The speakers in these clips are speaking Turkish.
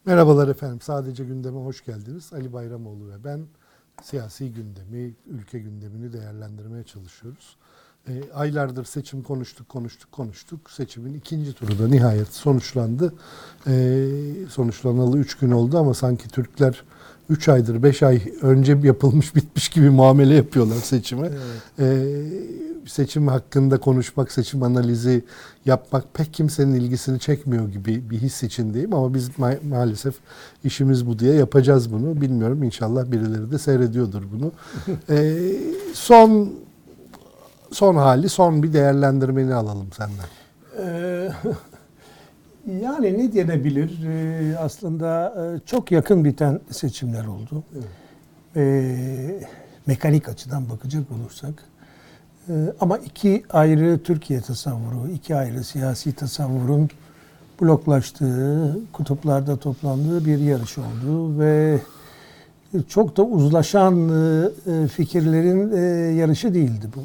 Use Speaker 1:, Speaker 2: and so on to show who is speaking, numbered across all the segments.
Speaker 1: Merhabalar efendim. Sadece gündeme hoş geldiniz. Ali Bayramoğlu ve ben siyasi gündemi, ülke gündemini değerlendirmeye çalışıyoruz. Aylardır seçim konuştuk. Seçimin ikinci turu da nihayet sonuçlandı. Sonuçlanalı 3 gün oldu ama sanki Türkler 3 aydır, 5 ay önce yapılmış bitmiş gibi muamele yapıyorlar seçime. Evet. Seçim hakkında konuşmak, seçim analizi yapmak pek kimsenin ilgisini çekmiyor gibi bir his içindeyim ama biz maalesef işimiz bu diye yapacağız bunu. Bilmiyorum, inşallah birileri de seyrediyordur bunu. Son hali, son bir değerlendirmeni alalım senden.
Speaker 2: Yani ne denebilir? Aslında çok yakın biten seçimler oldu. Evet. Mekanik açıdan bakacak olursak. Ama iki ayrı Türkiye tasavvuru, iki ayrı siyasi tasavvurun bloklaştığı, kutuplarda toplandığı bir yarış oldu ve çok da uzlaşan fikirlerin yarışı değildi bu.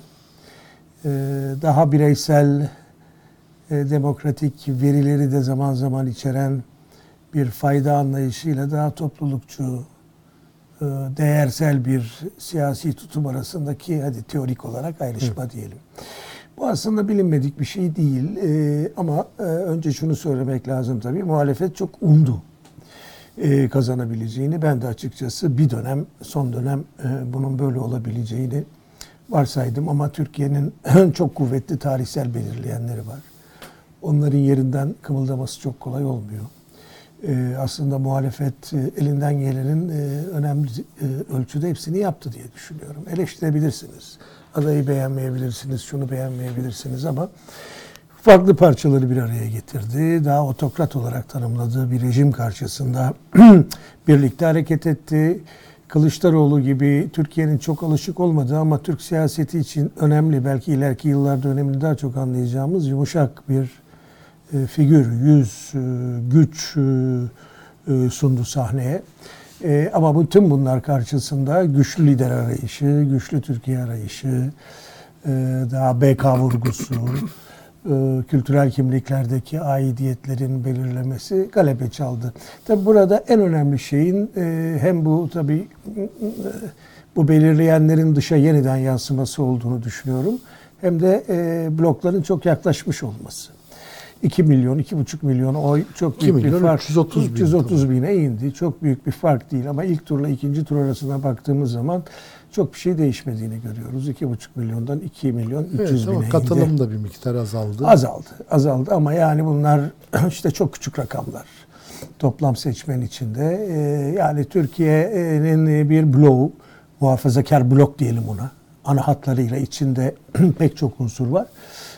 Speaker 2: Daha bireysel, demokratik verileri de zaman zaman içeren bir fayda anlayışıyla daha toplulukçu, değersel bir siyasi tutum arasındaki, hadi teorik olarak ayrışma diyelim. Bu aslında bilinmedik bir şey değil. Ama önce şunu söylemek lazım tabii. Muhalefet çok umdu kazanabileceğini. Ben de açıkçası bir dönem, son dönem bunun böyle olabileceğini varsaydım. Ama Türkiye'nin çok kuvvetli tarihsel belirleyenleri var. Onların yerinden kımıldaması çok kolay olmuyor. Aslında muhalefet elinden gelenin önemli ölçüde hepsini yaptı diye düşünüyorum. Eleştirebilirsiniz. Adayı beğenmeyebilirsiniz, şunu beğenmeyebilirsiniz ama farklı parçaları bir araya getirdi. Daha otokrat olarak tanımladığı bir rejim karşısında birlikte hareket etti. Kılıçdaroğlu gibi Türkiye'nin çok alışık olmadığı ama Türk siyaseti için önemli, belki ileriki yıllarda önemli daha çok anlayacağımız yumuşak bir figür, yüz, güç sundu sahneye. Ama bütün bunlar karşısında güçlü lider arayışı, güçlü Türkiye arayışı, daha BK vurgusu, kültürel kimliklerdeki aidiyetlerin belirlemesi galebe çaldı. Tabi burada en önemli şeyin hem bu tabi bu belirleyenlerin dışa yeniden yansıması olduğunu düşünüyorum. Hem de blokların çok yaklaşmış olması. 2 milyon, 2,5 milyon oy çok büyük bir fark. 330 bine indi. Çok büyük bir fark değil ama ilk turla ikinci tur arasına baktığımız zaman çok bir şey değişmediğini görüyoruz. 2,5 milyondan 2 milyon 300 bine indi.
Speaker 1: Katılım da bir miktar azaldı.
Speaker 2: Azaldı ama yani bunlar işte çok küçük rakamlar. Toplam seçmen içinde. Yani Türkiye'nin bir bloğu, muhafazakar blok diyelim ona. Ana hatlarıyla içinde pek çok unsur var.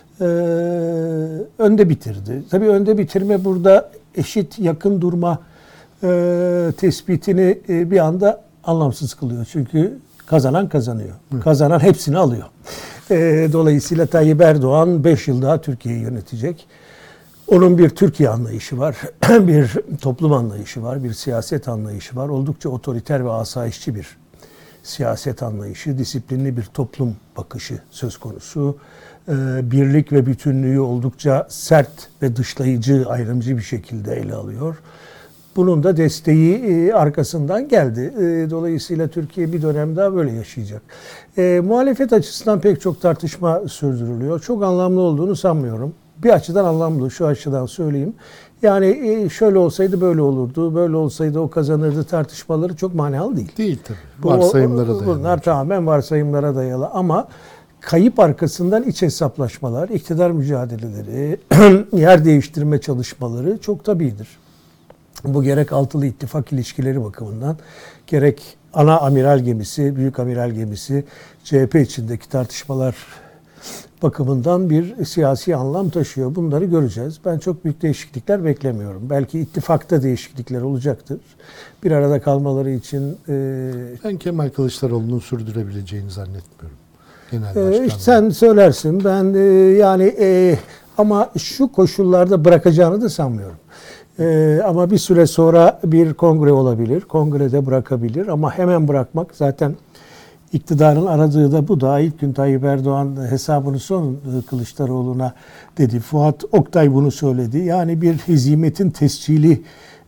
Speaker 2: Önde bitirdi. Tabii önde bitirme burada eşit yakın durma tespitini bir anda anlamsız kılıyor. Çünkü kazanan kazanıyor. Kazanan hepsini alıyor. Dolayısıyla Tayyip Erdoğan 5 yıl daha Türkiye'yi yönetecek. Onun bir Türkiye anlayışı var. Bir toplum anlayışı var. Bir siyaset anlayışı var. Oldukça otoriter ve asayişçi bir siyaset anlayışı. Disiplinli bir toplum bakışı söz konusu. Birlik ve bütünlüğü oldukça sert ve dışlayıcı, ayrımcı bir şekilde ele alıyor. Bunun da desteği arkasından geldi. Dolayısıyla Türkiye bir dönem daha böyle yaşayacak. Muhalefet açısından pek çok tartışma sürdürülüyor. Çok anlamlı olduğunu sanmıyorum. Bir açıdan anlamlı, şu açıdan söyleyeyim. Yani şöyle olsaydı böyle olurdu, böyle olsaydı o kazanırdı tartışmaları çok manalı değil.
Speaker 1: Değil tabii. Varsayımlara dayalı.
Speaker 2: Bunlar tamamen varsayımlara dayalı ama kayıp arkasından iç hesaplaşmalar, iktidar mücadeleleri, yer değiştirme çalışmaları çok tabidir. Bu gerek altılı ittifak ilişkileri bakımından, gerek ana amiral gemisi, büyük amiral gemisi, CHP içindeki tartışmalar bakımından bir siyasi anlam taşıyor. Bunları göreceğiz. Ben çok büyük değişiklikler beklemiyorum. Belki ittifakta değişiklikler olacaktır. Bir arada kalmaları için...
Speaker 1: Ben Kemal Kılıçdaroğlu'nun sürdürebileceğini zannetmiyorum.
Speaker 2: İşte sen söylersin. Ben yani ama şu koşullarda bırakacağını da sanmıyorum. Ama bir süre sonra bir kongre olabilir. Kongrede bırakabilir ama hemen bırakmak zaten iktidarın aradığı da bu. Daha ilk gün Tayyip Erdoğan hesabını sorun Kılıçdaroğlu'na dedi. Fuat Oktay bunu söyledi. Yani bir hezimetin tescili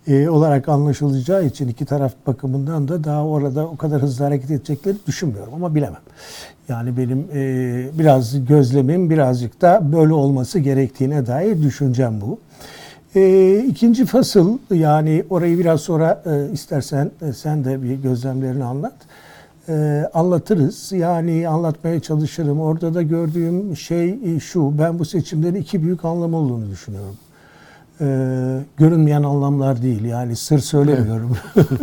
Speaker 2: olarak anlaşılacağı için iki taraf bakımından da daha orada o kadar hızlı hareket edecekleri düşünmüyorum ama bilemem. Yani benim biraz gözlemim birazcık da böyle olması gerektiğine dair düşüncem bu. İkinci fasıl, yani orayı biraz sonra istersen sen de bir gözlemlerini anlat. Anlatırız. Yani anlatmaya çalışırım. Orada da gördüğüm şey şu: ben bu seçimlerin iki büyük anlamı olduğunu düşünüyorum. Görünmeyen anlamlar değil. Yani sır söylemiyorum.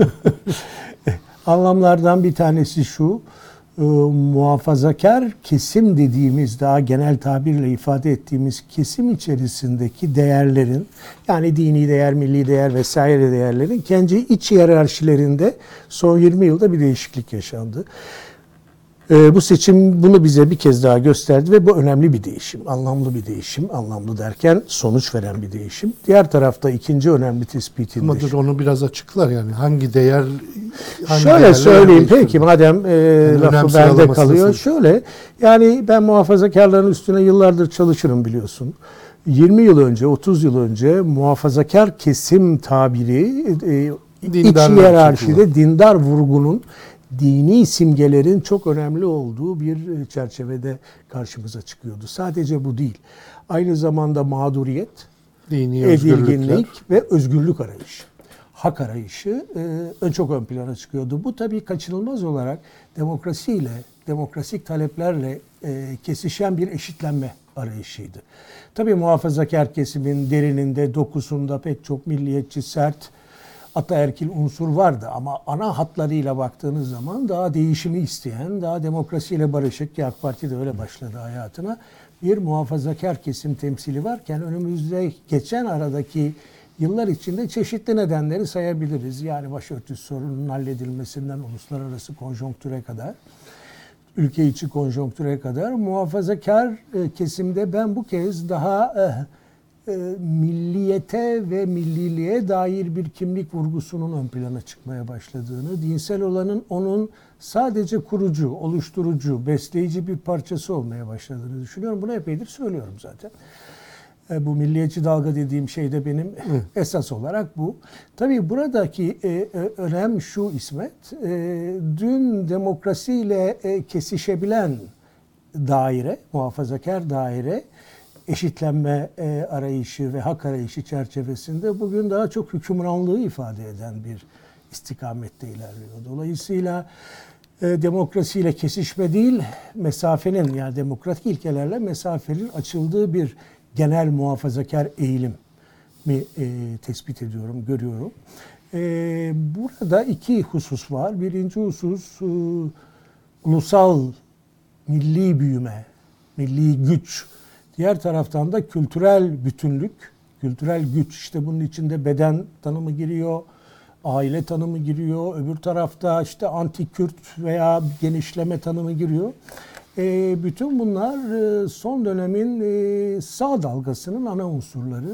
Speaker 2: Anlamlardan bir tanesi şu: muhafazakar kesim dediğimiz, daha genel tabirle ifade ettiğimiz kesim içerisindeki değerlerin, yani dini değer, milli değer vesaire değerlerin kendi iç hiyerarşilerinde son 20 yılda bir değişiklik yaşandı. Bu seçim bunu bize bir kez daha gösterdi ve bu önemli bir değişim, anlamlı bir değişim. Anlamlı derken sonuç veren bir değişim. Diğer tarafta ikinci önemli tespitin
Speaker 1: Ama dur, onu biraz açıklar yani. Hangi değer...
Speaker 2: Şöyle söyleyeyim peki, madem
Speaker 1: yani
Speaker 2: lafı bende kalıyor. Şöyle, yani ben muhafazakarların üstüne yıllardır çalışırım biliyorsun. 20 yıl önce, 30 yıl önce muhafazakar kesim tabiri iç hiyerarşide dindar vurgunun, dini simgelerin çok önemli olduğu bir çerçevede karşımıza çıkıyordu. Sadece bu değil. Aynı zamanda mağduriyet,
Speaker 1: dini
Speaker 2: edilginlik ve özgürlük arayışı, hak arayışı çok ön plana çıkıyordu. Bu tabii kaçınılmaz olarak demokrasiyle, demokrasik taleplerle kesişen bir eşitlenme arayışıydı. Tabii muhafazakar kesimin derininde, dokusunda pek çok milliyetçi, sert, ataerkil unsur vardı ama ana hatlarıyla baktığınız zaman daha değişimi isteyen, daha demokrasiyle barışık, ki AK Parti de öyle başladı hayatına, bir muhafazakar kesim temsili varken önümüzde geçen aradaki yıllar içinde çeşitli nedenleri sayabiliriz. Yani başörtüsü sorununun halledilmesinden uluslararası konjonktüre kadar, ülke içi konjonktüre kadar muhafazakar kesimde ben bu kez daha milliyete ve milliliğe dair bir kimlik vurgusunun ön plana çıkmaya başladığını, dinsel olanın onun sadece kurucu, oluşturucu, besleyici bir parçası olmaya başladığını düşünüyorum. Bunu epeydir söylüyorum zaten. Bu milliyetçi dalga dediğim şey de benim esas olarak bu. Tabii buradaki önem şu İsmet, dün demokrasiyle kesişebilen daire, muhafazakar daire, eşitlenme arayışı ve hak arayışı çerçevesinde bugün daha çok hükümranlığı ifade eden bir istikamette ilerliyor. Dolayısıyla demokrasiyle kesişme değil, mesafenin, yani demokratik ilkelerle mesafenin açıldığı bir genel muhafazakar eğilim mi tespit ediyorum, görüyorum. Burada iki husus var. Birinci husus ulusal, milli büyüme, milli güç. Diğer taraftan da kültürel bütünlük, kültürel güç. İşte bunun içinde beden tanımı giriyor, aile tanımı giriyor. Öbür tarafta işte anti-Kürt veya genişleme tanımı giriyor. Bütün bunlar son dönemin sağ dalgasının ana unsurları.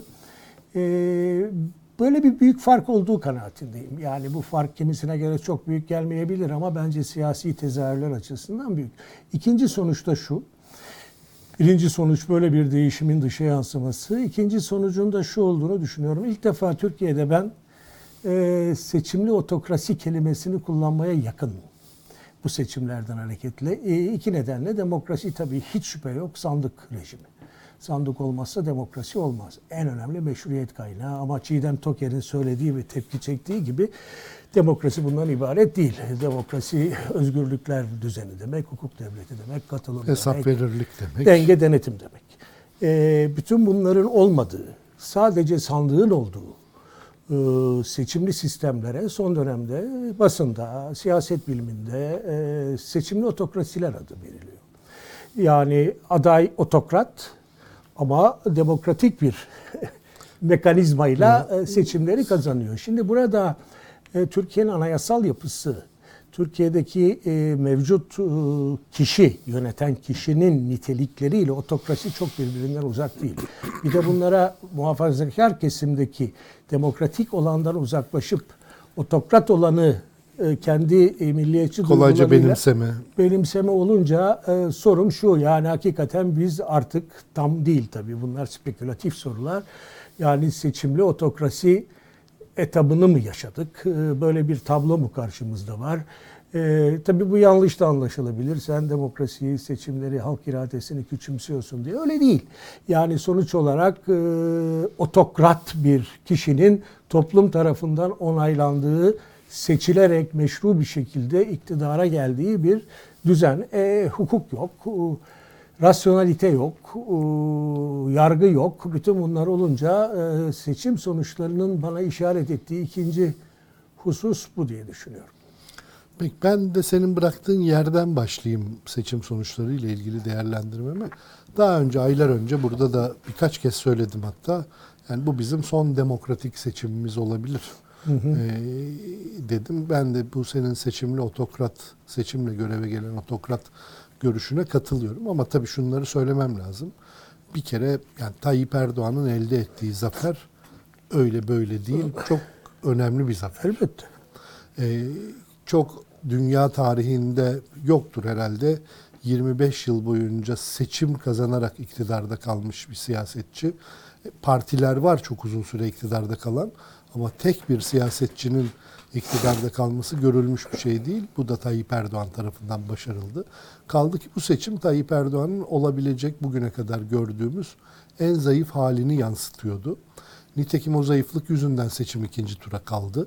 Speaker 2: Böyle bir büyük fark olduğu kanaatindeyim. Yani bu fark kimisine göre çok büyük gelmeyebilir ama bence siyasi tezahürler açısından büyük. İkinci sonuç da şu. Birinci sonuç böyle bir değişimin dışa yansıması. İkinci sonucun da şu olduğunu düşünüyorum. İlk defa Türkiye'de ben seçimli otokrasi kelimesini kullanmaya yakınım. Bu seçimlerden hareketle. İki nedenle: demokrasi tabii hiç şüphe yok, sandık rejimi. Sandık olmazsa demokrasi olmaz. En önemli meşruiyet kaynağı, ama Çiğdem Toker'in söylediği ve tepki çektiği gibi demokrasi bundan ibaret değil. Demokrasi özgürlükler düzeni demek, hukuk devleti demek, katılım
Speaker 1: hesap
Speaker 2: demek,
Speaker 1: verirlik demek,
Speaker 2: denge denetim demek. Bütün bunların olmadığı, sadece sandığın olduğu seçimli sistemlere son dönemde basında, siyaset biliminde seçimli otokrasiler adı veriliyor. Yani aday otokrat ama demokratik bir mekanizmayla seçimleri kazanıyor. Şimdi burada Türkiye'nin anayasal yapısı, Türkiye'deki mevcut kişi, yöneten kişinin nitelikleriyle otokrasi çok birbirinden uzak değil. Bir de bunlara muhafazakar kesimdeki demokratik olandan uzaklaşıp otokrat olanı kendi milliyetçi
Speaker 1: kolayca
Speaker 2: benimseme olunca sorun şu: yani hakikaten biz artık, tam değil tabii bunlar spekülatif sorular, yani seçimli otokrasi etabını mı yaşadık? Böyle bir tablo mu karşımızda var? Tabii bu yanlış da anlaşılabilir. Sen demokrasiyi, seçimleri, halk iradesini küçümsüyorsun diye. Öyle değil. Yani sonuç olarak otokrat bir kişinin toplum tarafından onaylandığı, seçilerek meşru bir şekilde iktidara geldiği bir düzen. Hukuk yok, rasyonalite yok, yargı yok. Bütün bunlar olunca seçim sonuçlarının bana işaret ettiği ikinci husus bu diye düşünüyorum.
Speaker 1: Peki ben de senin bıraktığın yerden başlayayım seçim sonuçları ile ilgili değerlendirmeme. Daha önce, aylar önce burada da birkaç kez söyledim hatta. Yani bu bizim son demokratik seçimimiz olabilir. Dedim. Ben de bu senin seçimle göreve gelen otokrat görüşüne katılıyorum. Ama tabii şunları söylemem lazım. Bir kere yani Tayyip Erdoğan'ın elde ettiği zafer öyle böyle değil. Çok önemli bir zafer.
Speaker 2: Elbette.
Speaker 1: Çok dünya tarihinde yoktur herhalde. 25 yıl boyunca seçim kazanarak iktidarda kalmış bir siyasetçi. Partiler var çok uzun süre iktidarda kalan ama tek bir siyasetçinin iktidarda kalması görülmüş bir şey değil. Bu da Tayyip Erdoğan tarafından başarıldı. Kaldı ki bu seçim Tayyip Erdoğan'ın olabilecek bugüne kadar gördüğümüz en zayıf halini yansıtıyordu. Nitekim o zayıflık yüzünden seçim ikinci tura kaldı.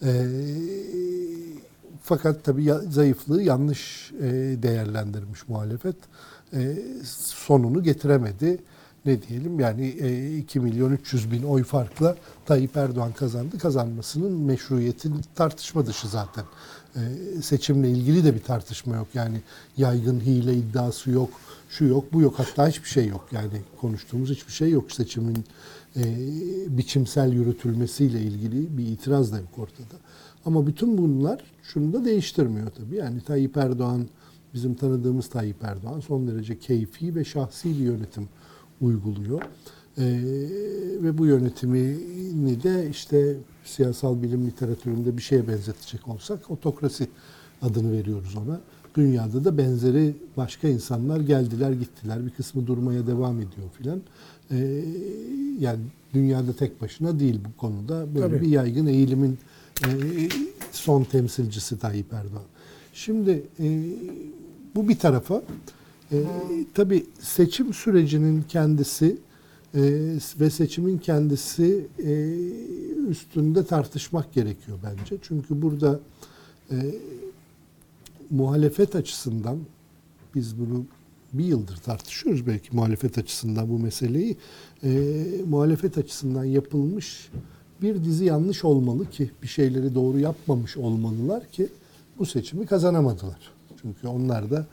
Speaker 1: Fakat tabii zayıflığı yanlış değerlendirmiş muhalefet. Sonunu getiremedi. Ne diyelim yani 2 milyon 300 bin oy farkla Tayyip Erdoğan kazandı. Kazanmasının meşruiyeti tartışma dışı zaten. Seçimle ilgili de bir tartışma yok. Yani yaygın hile iddiası yok, şu yok, bu yok. Hatta hiçbir şey yok. Yani konuştuğumuz hiçbir şey yok. Seçimin biçimsel yürütülmesiyle ilgili bir itiraz da yok ortada. Ama bütün bunlar şunu da değiştirmiyor tabii. Yani Tayyip Erdoğan, bizim tanıdığımız Tayyip Erdoğan son derece keyfi ve şahsi bir yönetim uyguluyor. Ve bu yönetimini de işte siyasal bilim literatüründe bir şeye benzetecek olsak otokrasi adını veriyoruz ona. Dünyada da benzeri başka insanlar geldiler gittiler. Bir kısmı durmaya devam ediyor filan. Yani dünyada tek başına değil bu konuda. Böyle
Speaker 2: Tabii.
Speaker 1: bir yaygın eğilimin son temsilcisi Tayyip Erdoğan. Şimdi bu bir tarafa. Tabii seçim sürecinin kendisi ve seçimin kendisi üstünde tartışmak gerekiyor bence. Çünkü burada muhalefet açısından biz bunu bir yıldır tartışıyoruz belki muhalefet açısından bu meseleyi. Muhalefet açısından yapılmış bir dizi yanlış olmalı ki bir şeyleri doğru yapmamış olmalılar ki bu seçimi kazanamadılar. Çünkü onlar da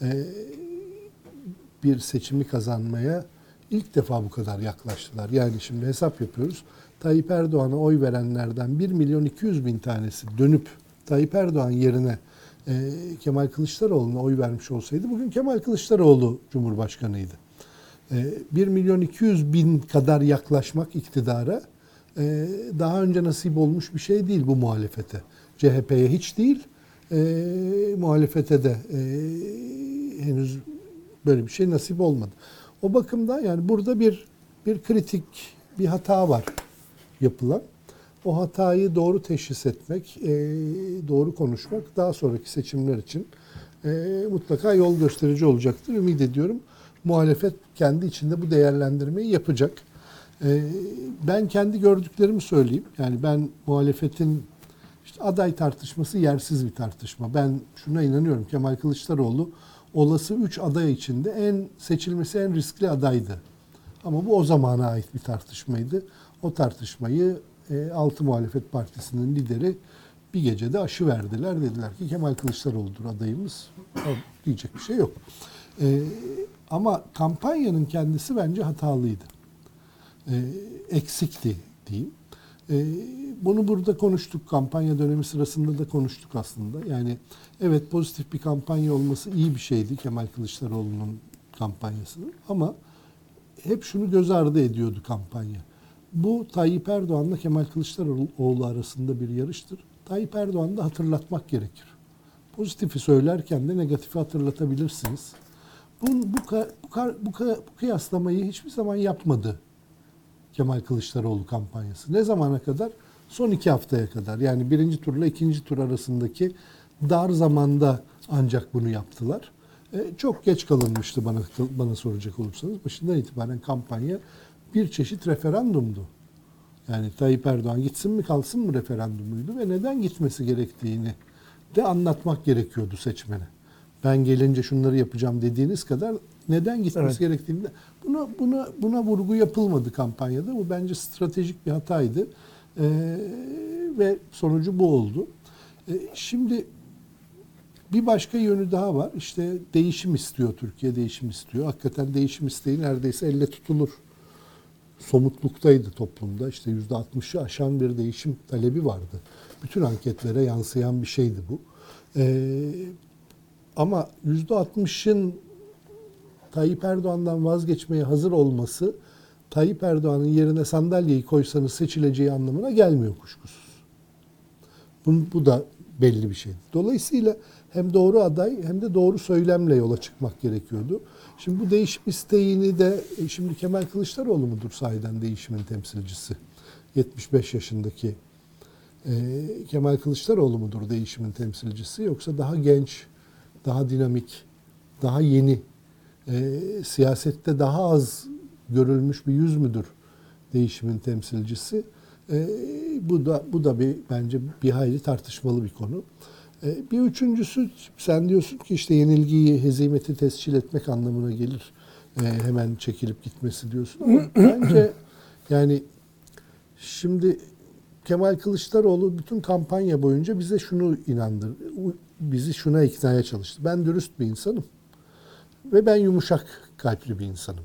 Speaker 1: bir seçimi kazanmaya ilk defa bu kadar yaklaştılar. Yani şimdi hesap yapıyoruz. Tayyip Erdoğan'a oy verenlerden 1 milyon 200 bin tanesi dönüp Tayyip Erdoğan yerine Kemal Kılıçdaroğlu'na oy vermiş olsaydı bugün Kemal Kılıçdaroğlu Cumhurbaşkanıydı. 1 milyon 200 bin kadar yaklaşmak iktidara daha önce nasip olmuş bir şey değil bu muhalefete. CHP'ye hiç değil, muhalefete de henüz böyle bir şey nasip olmadı. O bakımda yani burada bir kritik bir hata var yapılan. O hatayı doğru teşhis etmek, doğru konuşmak daha sonraki seçimler için mutlaka yol gösterici olacaktır. Ümit ediyorum muhalefet kendi içinde bu değerlendirmeyi yapacak. Ben kendi gördüklerimi söyleyeyim. Yani ben muhalefetin işte aday tartışması yersiz bir tartışma. Ben şuna inanıyorum. Kemal Kılıçdaroğlu olası 3 aday içinde seçilmesi en riskli adaydı. Ama bu o zamana ait bir tartışmaydı. O tartışmayı 6 muhalefet partisinin lideri bir gecede aşı verdiler. Dediler ki Kemal Kılıçdaroğlu'dur adayımız. Diyecek bir şey yok. Ama kampanyanın kendisi bence hatalıydı. Eksikti diyeyim. Bunu burada konuştuk. Kampanya dönemi sırasında da konuştuk aslında. Yani evet pozitif bir kampanya olması iyi bir şeydi Kemal Kılıçdaroğlu'nun kampanyasının. Ama hep şunu göz ardı ediyordu kampanya. Bu Tayyip Erdoğan'la Kemal Kılıçdaroğlu arasında bir yarıştır. Tayyip Erdoğan'ı da hatırlatmak gerekir. Pozitifi söylerken de negatifi hatırlatabilirsiniz. Bu kıyaslamayı hiçbir zaman yapmadı Kemal Kılıçdaroğlu kampanyası. Ne zamana kadar? Son 2 haftaya kadar, yani birinci turla ikinci tur arasındaki dar zamanda ancak bunu yaptılar. Çok geç kalınmıştı bana soracak olursanız. Başından itibaren kampanya bir çeşit referandumdu. Yani Tayyip Erdoğan gitsin mi kalsın mı referandumuydu ve neden gitmesi gerektiğini de anlatmak gerekiyordu seçmene. Ben gelince şunları yapacağım dediğiniz kadar neden gitmesi gerektiğini de buna vurgu yapılmadı kampanyada. Bu bence stratejik bir hataydı. Ve sonucu bu oldu. Şimdi bir başka yönü daha var. İşte değişim istiyor Türkiye, değişim istiyor. Hakikaten değişim isteği neredeyse elle tutulur somutluktaydı toplumda. İşte %60'ı aşan bir değişim talebi vardı. Bütün anketlere yansıyan bir şeydi bu. Ama %60'ın Tayyip Erdoğan'dan vazgeçmeye hazır olması, Tayyip Erdoğan'ın yerine sandalyeyi koysanız seçileceği anlamına gelmiyor kuşkusuz. Bu da belli bir şey. Dolayısıyla hem doğru aday hem de doğru söylemle yola çıkmak gerekiyordu. Şimdi bu değişim isteğini de şimdi Kemal Kılıçdaroğlu mudur sahiden değişimin temsilcisi? 75 yaşındaki Kemal Kılıçdaroğlu mudur değişimin temsilcisi, yoksa daha genç, daha dinamik, daha yeni, siyasette daha az görülmüş bir yüz müdür değişimin temsilcisi? Bu da bence bir hayli tartışmalı bir konu. Bir üçüncüsü, sen diyorsun ki işte yenilgiyi, hezimeti tescil etmek anlamına gelir. Hemen çekilip gitmesi diyorsun. Ama bence yani şimdi Kemal Kılıçdaroğlu bütün kampanya boyunca bize şunu bizi şuna iknaya çalıştı. Ben dürüst bir insanım ve ben yumuşak kalpli bir insanım.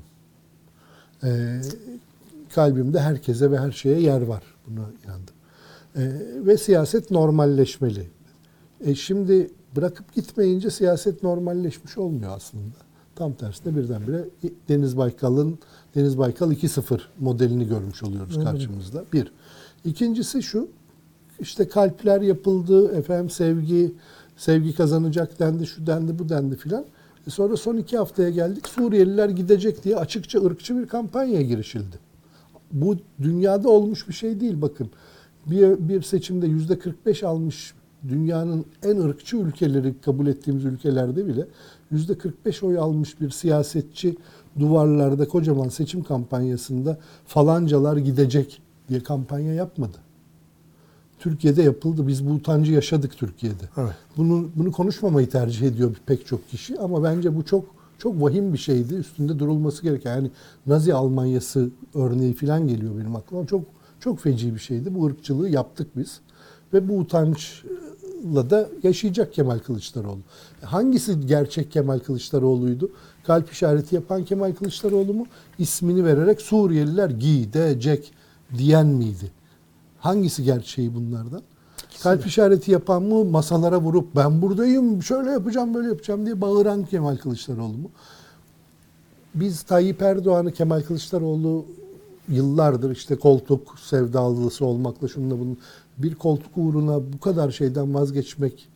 Speaker 1: Kalbimde herkese ve her şeye yer var. Buna inandım. Ve siyaset normalleşmeli. Şimdi bırakıp gitmeyince siyaset normalleşmiş olmuyor aslında. Tam tersine birdenbire Deniz Baykal 2.0 modelini görmüş oluyoruz karşımızda. Bir. İkincisi şu, işte kalpler yapıldı, efendim sevgi kazanacak dendi, şu dendi, bu dendi filan. Sonra son 2 haftaya geldik, Suriyeliler gidecek diye açıkça ırkçı bir kampanyaya girişildi. Bu dünyada olmuş bir şey değil bakın. Bir seçimde %45 almış dünyanın en ırkçı ülkeleri kabul ettiğimiz ülkelerde bile %45 oy almış bir siyasetçi duvarlarda kocaman seçim kampanyasında falancalar gidecek diye kampanya yapmadı. Türkiye'de yapıldı. Biz bu utancı yaşadık Türkiye'de. Evet. Bunu konuşmamayı tercih ediyor pek çok kişi ama bence bu çok vahim bir şeydi. Üstünde durulması gereken. Yani Nazi Almanyası örneği falan geliyor benim aklıma. Çok feci bir şeydi. Bu ırkçılığı yaptık biz. Ve bu utançla da yaşayacak Kemal Kılıçdaroğlu. Hangisi gerçek Kemal Kılıçdaroğlu'ydu? Kalp işareti yapan Kemal Kılıçdaroğlu mu? İsmini vererek Suriyeliler gidecek diyen miydi? Hangisi gerçeği bunlardan? Kalp işareti yapan mı? Masalara vurup ben buradayım, şöyle yapacağım, böyle yapacağım diye bağıran Kemal Kılıçdaroğlu mu? Biz Tayyip Erdoğan'ı, Kemal Kılıçdaroğlu yıllardır işte koltuk sevdalısı olmakla şununla bunun, bir koltuk uğruna bu kadar şeyden vazgeçmek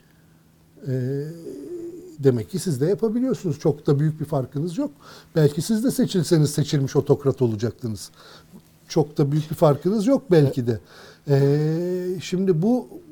Speaker 1: demek ki siz de yapabiliyorsunuz. Çok da büyük bir farkınız yok. Belki siz de seçilseniz seçilmiş otokrat olacaktınız. Çok da büyük bir farkınız yok belki de. Şimdi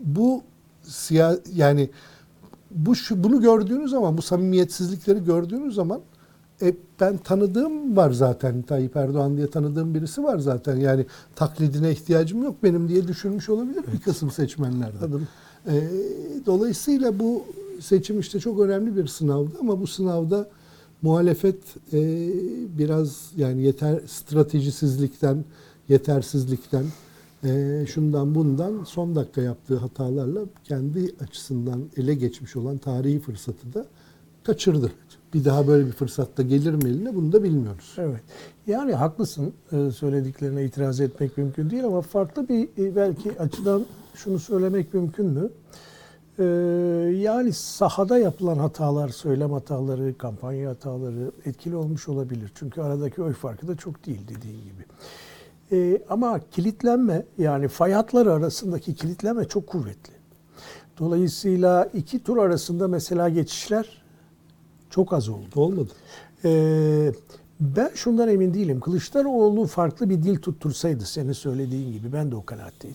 Speaker 1: yani bunu gördüğünüz zaman, bu samimiyetsizlikleri gördüğünüz zaman ben tanıdığım var zaten, Tayyip Erdoğan diye tanıdığım birisi var zaten. Yani taklidine ihtiyacım yok benim diye düşünmüş olabilir bir kısım seçmenlerden. Dolayısıyla bu seçim işte çok önemli bir sınavdı ama bu sınavda muhalefet biraz yani stratejisizlikten, yetersizlikten, şundan bundan son dakika yaptığı hatalarla kendi açısından ele geçmiş olan tarihi fırsatı da kaçırdı. Bir daha böyle bir fırsatta gelir mi eline, bunu da bilmiyoruz.
Speaker 2: Evet. Yani haklısın, söylediklerine itiraz etmek mümkün değil ama farklı bir belki açıdan şunu söylemek mümkün mü? Yani sahada yapılan hatalar, söylem hataları, kampanya hataları etkili olmuş olabilir. Çünkü aradaki oy farkı da çok değil dediğin gibi. Ama kilitlenme, yani fay hatları arasındaki kilitlenme çok kuvvetli. Dolayısıyla 2 tur arasında mesela geçişler çok az oldu.
Speaker 1: Olmadı.
Speaker 2: Ben şundan emin değilim. Kılıçdaroğlu farklı bir dil tuttursaydı senin söylediğin gibi ben de o kanaatteydim.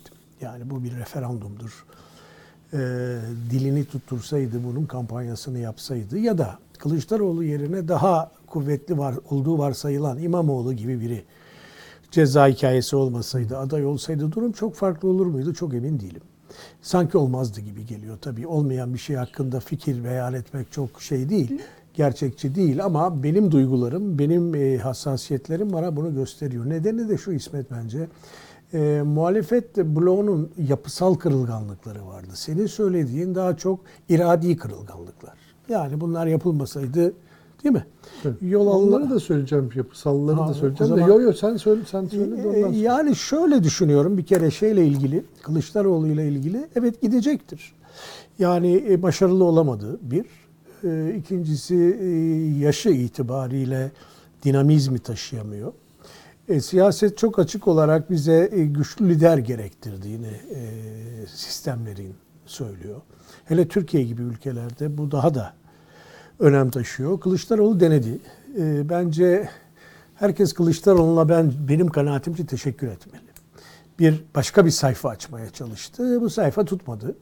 Speaker 2: Yani bu bir referandumdur. Dilini tuttursaydı, bunun kampanyasını yapsaydı ya da Kılıçdaroğlu yerine daha kuvvetli olduğu varsayılan İmamoğlu gibi biri ceza hikayesi olmasaydı, aday olsaydı durum çok farklı olur muydu? Çok emin değilim. Sanki olmazdı gibi geliyor. Tabii olmayan bir şey hakkında fikir beyan etmek çok şey değil, gerçekçi değil ama benim duygularım, benim hassasiyetlerim bana bunu gösteriyor. Nedeni de şu İsmet bence. Muhalefet bloğunun yapısal kırılganlıkları vardı. Senin söylediğin daha çok iradi kırılganlıklar. Yani bunlar yapılmasaydı, değil mi?
Speaker 1: Evet.
Speaker 2: Yol
Speaker 1: Onları da söyleyeceğim, yapısalları da söyleyeceğim.
Speaker 2: zaman,
Speaker 1: Yo sen söyle de ondan sonra.
Speaker 2: Yani şöyle düşünüyorum bir kere şeyle ilgili, Kılıçdaroğlu ile ilgili evet gidecektir. Yani başarılı olamadı bir. İkincisi yaşı itibariyle dinamizmi taşıyamıyor. Siyaset çok açık olarak bize güçlü lider gerektirdiğini sistemlerin söylüyor. Hele Türkiye gibi ülkelerde bu daha da önem taşıyor. Kılıçdaroğlu denedi. Bence herkes Kılıçdaroğlu'na benim kanaatimce teşekkür etmeli. Başka bir sayfa açmaya çalıştı. Bu sayfa tutmadı.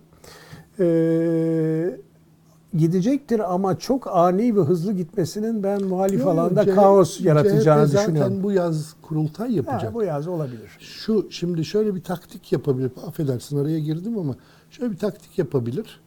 Speaker 2: Gidecektir ama çok ani ve hızlı gitmesinin ben muhalif alanda kaos yaratacağını
Speaker 1: CHP
Speaker 2: düşünüyorum.
Speaker 1: zaten bu yaz kurultay yapacak.
Speaker 2: Bu yaz olabilir.
Speaker 1: Şimdi şöyle bir taktik yapabilir. Affedersin araya girdim ama şöyle bir taktik yapabilir.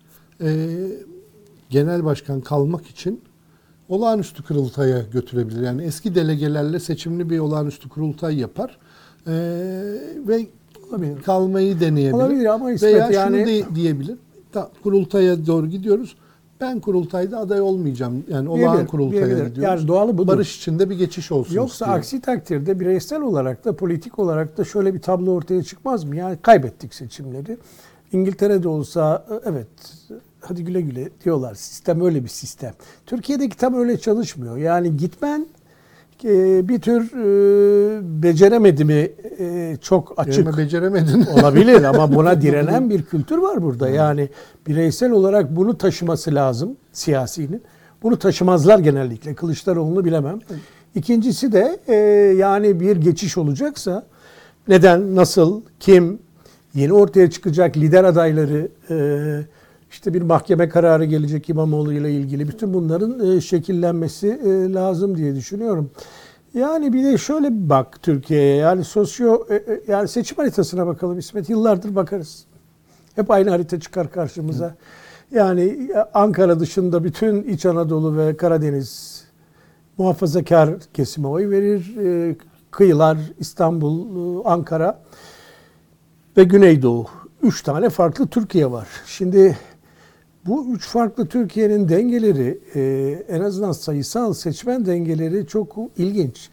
Speaker 1: Genel başkan kalmak için olağanüstü kurultaya götürebilir. Yani eski delegelerle seçimli bir olağanüstü kurultay yapar. Ve
Speaker 2: Olabilir.
Speaker 1: kalmayı deneyebilir.
Speaker 2: Olabilir ama İsmet
Speaker 1: veya
Speaker 2: yani
Speaker 1: şunu diyebilir. Kurultaya doğru gidiyoruz. Ben kurultayda aday olmayacağım. Yani olağan kurultaya gidiyoruz.
Speaker 2: Yani doğalı budur.
Speaker 1: Barış içinde bir geçiş olsun
Speaker 2: Yoksa
Speaker 1: istiyorum.
Speaker 2: aksi takdirde bireysel olarak da politik olarak da şöyle bir tablo ortaya çıkmaz mı? Yani kaybettik seçimleri. İngiltere'de olsa evet hadi güle güle diyorlar. Sistem öyle bir sistem. Türkiye'deki tam öyle çalışmıyor. Yani gitmen bir tür beceremedi mi çok açık.
Speaker 1: Ama beceremedin.
Speaker 2: Olabilir ama buna direnen bir kültür var burada. Yani bireysel olarak bunu taşıması lazım siyasinin. Bunu taşımazlar genellikle. Kılıçdaroğlu'nu bilemem. İkincisi de yani bir geçiş olacaksa neden, nasıl, kim, yeni ortaya çıkacak lider adayları, işte bir mahkeme kararı gelecek İmamoğlu ile ilgili bütün bunların şekillenmesi lazım diye düşünüyorum. Yani bir de şöyle bir bak Türkiye'ye yani yani seçim haritasına bakalım İsmet, yıllardır bakarız. Hep aynı harita çıkar karşımıza. Yani Ankara dışında bütün İç Anadolu ve Karadeniz muhafazakar kesime oy verir. Kıyılar İstanbul, Ankara ve Güneydoğu. 3 tane farklı Türkiye var. Şimdi bu 3 farklı Türkiye'nin dengeleri, en azından sayısal seçmen dengeleri çok ilginç.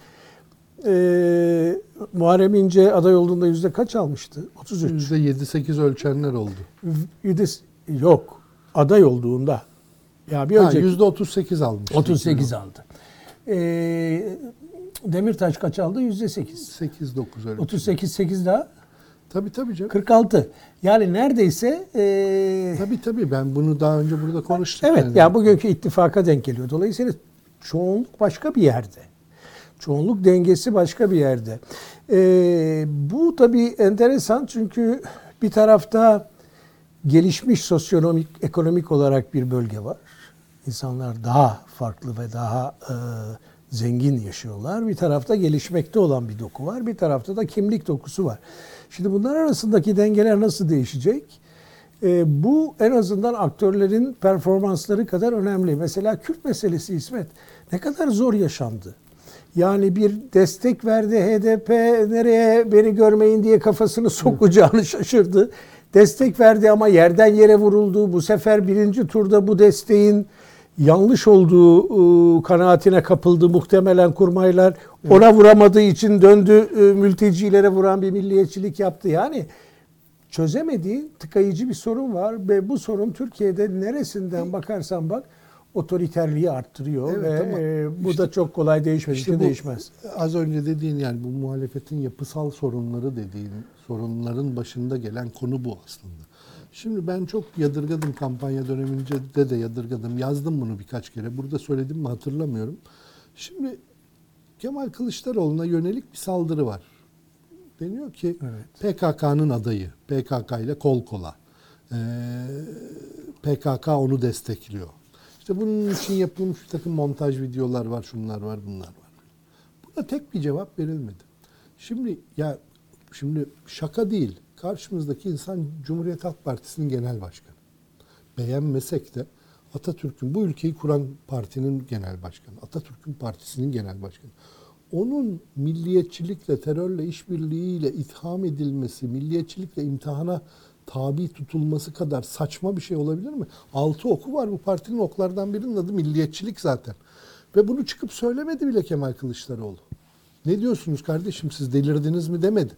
Speaker 2: Muharrem İnce aday olduğunda yüzde kaç almıştı? 33.
Speaker 1: %7-8 ölçenler oldu.
Speaker 2: Yok. Aday olduğunda. Ya bir önceki
Speaker 1: %38 almış.
Speaker 2: 38 aldı. Demirtaş kaç aldı? %8.
Speaker 1: 8-9 öyle.
Speaker 2: 38 daha
Speaker 1: Tabii canım.
Speaker 2: 46. Yani neredeyse
Speaker 1: Tabii ben bunu daha önce burada konuştuk.
Speaker 2: evet yani bugünkü ittifaka denk geliyor. Dolayısıyla çoğunluk başka bir yerde. Çoğunluk dengesi başka bir yerde. Bu tabii enteresan çünkü bir tarafta gelişmiş sosyoekonomik, ekonomik olarak bir bölge var. İnsanlar daha farklı ve daha zengin yaşıyorlar. Bir tarafta gelişmekte olan bir doku var. Bir tarafta da kimlik dokusu var. Şimdi bunlar arasındaki dengeler nasıl değişecek? Bu en azından aktörlerin performansları kadar önemli. Mesela Kürt meselesi İsmet ne kadar zor yaşandı. Yani bir destek verdi HDP nereye beni görmeyin diye kafasını sokacağını şaşırdı. Destek verdi ama yerden yere vuruldu. Bu sefer birinci turda bu desteğin yanlış olduğu kanaatine kapıldı muhtemelen kurmaylar. Ona vuramadığı için döndü mültecilere vuran bir milliyetçilik yaptı. Yani çözemediği tıkayıcı bir sorun var ve bu sorun Türkiye'de neresinden bakarsan bak otoriterliği arttırıyor ve bu da çok kolay değişmez.
Speaker 1: Az önce dediğin yani bu muhalefetin yapısal sorunları dediğin sorunların başında gelen konu bu aslında. Şimdi ben çok yadırgadım kampanya döneminde de yadırgadım. Yazdım bunu birkaç kere. Burada söyledim mi hatırlamıyorum. Şimdi Kemal Kılıçdaroğlu'na yönelik bir saldırı var. Deniyor ki
Speaker 2: Evet.
Speaker 1: PKK'nın adayı, PKK ile kol kola. PKK onu destekliyor. İşte bunun için yapılmış bir takım montaj videolar var, şunlar var, bunlar var. Buna tek bir cevap verilmedi. Şimdi şaka değil. Karşımızdaki insan Cumhuriyet Halk Partisi'nin genel başkanı. Beğenmesek de Atatürk'ün, bu ülkeyi kuran partinin genel başkanı, Atatürk'ün partisinin genel başkanı. Onun milliyetçilikle, terörle, işbirliğiyle itham edilmesi, milliyetçilikle imtihana tabi tutulması kadar saçma bir şey olabilir mi? 6 oku var bu partinin, oklardan birinin adı milliyetçilik zaten. Ve bunu çıkıp söylemedi bile Kemal Kılıçdaroğlu. Ne diyorsunuz kardeşim, siz delirdiniz mi demedi.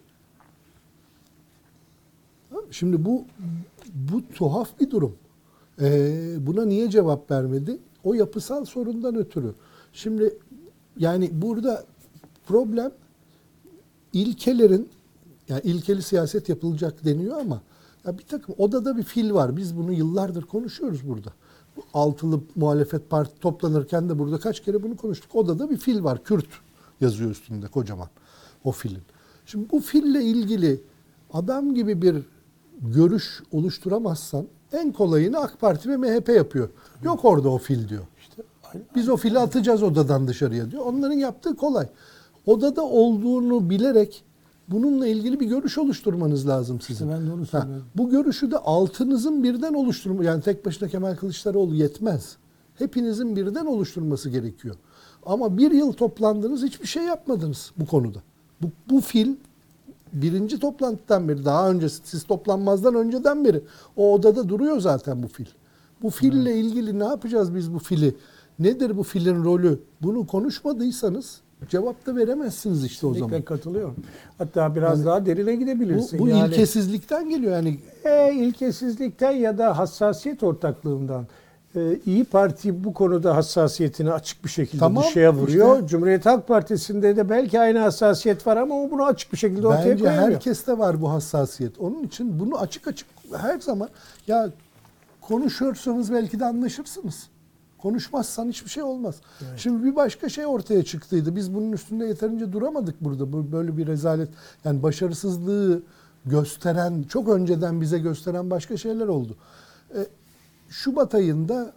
Speaker 1: Şimdi bu tuhaf bir durum. Buna niye cevap vermedi? O yapısal sorundan ötürü. Şimdi yani burada problem ilkelerin, yani ilkeli siyaset yapılacak deniyor ama ya bir takım odada bir fil var. Biz bunu yıllardır konuşuyoruz burada. Bu altılı muhalefet parti toplanırken de burada kaç kere bunu konuştuk. Odada bir fil var. Kürt yazıyor üstünde kocaman o filin. Şimdi bu fille ilgili adam gibi bir görüş oluşturamazsan en kolayını AK Parti ve MHP yapıyor. Yok orada o fil diyor.
Speaker 2: İşte aynen.
Speaker 1: Biz o fili atacağız odadan dışarıya diyor. Onların yaptığı kolay. Odada olduğunu bilerek bununla ilgili bir görüş oluşturmanız lazım sizin.
Speaker 2: İşte ben de onu söylüyorum.
Speaker 1: Bu görüşü de altınızın birden oluşturma, yani tek başına Kemal Kılıçdaroğlu yetmez. Hepinizin birden oluşturması gerekiyor. Ama bir yıl toplandınız, hiçbir şey yapmadınız bu konuda. Bu fil birinci toplantıdan beri, daha önce siz toplanmazdan önceden beri o odada duruyor zaten bu fil. Bu fille ilgili ne yapacağız biz bu fili? Nedir bu filin rolü? Bunu konuşmadıysanız cevap da veremezsiniz işte o zaman.
Speaker 2: Kesinlikle katılıyorum. Hatta biraz daha derine gidebilirsin.
Speaker 1: Bu
Speaker 2: Yani,
Speaker 1: ilkesizlikten geliyor yani.
Speaker 2: ilkesizlikten ya da hassasiyet ortaklığından. İyi Parti bu konuda hassasiyetini açık bir şekilde
Speaker 1: Tamam,
Speaker 2: dışarıya vuruyor.
Speaker 1: işte.
Speaker 2: Cumhuriyet Halk Partisi'nde de belki aynı hassasiyet var ama o bunu açık bir şekilde ortaya
Speaker 1: Bence
Speaker 2: koyamıyor.
Speaker 1: herkeste var bu hassasiyet. Onun için bunu açık açık her zaman, ya konuşuyorsanız belki de anlaşırsınız. Konuşmazsan hiçbir şey olmaz.
Speaker 2: Evet.
Speaker 1: Şimdi bir başka şey ortaya çıktıydı. Biz bunun üstünde yeterince duramadık burada. Böyle bir rezalet, yani başarısızlığı gösteren, çok önceden bize gösteren başka şeyler oldu. Şubat ayında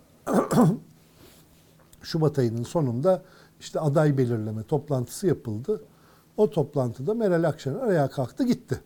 Speaker 1: Şubat ayının sonunda işte aday belirleme toplantısı yapıldı. O toplantıda Meral Akşener ayağa kalktı gitti.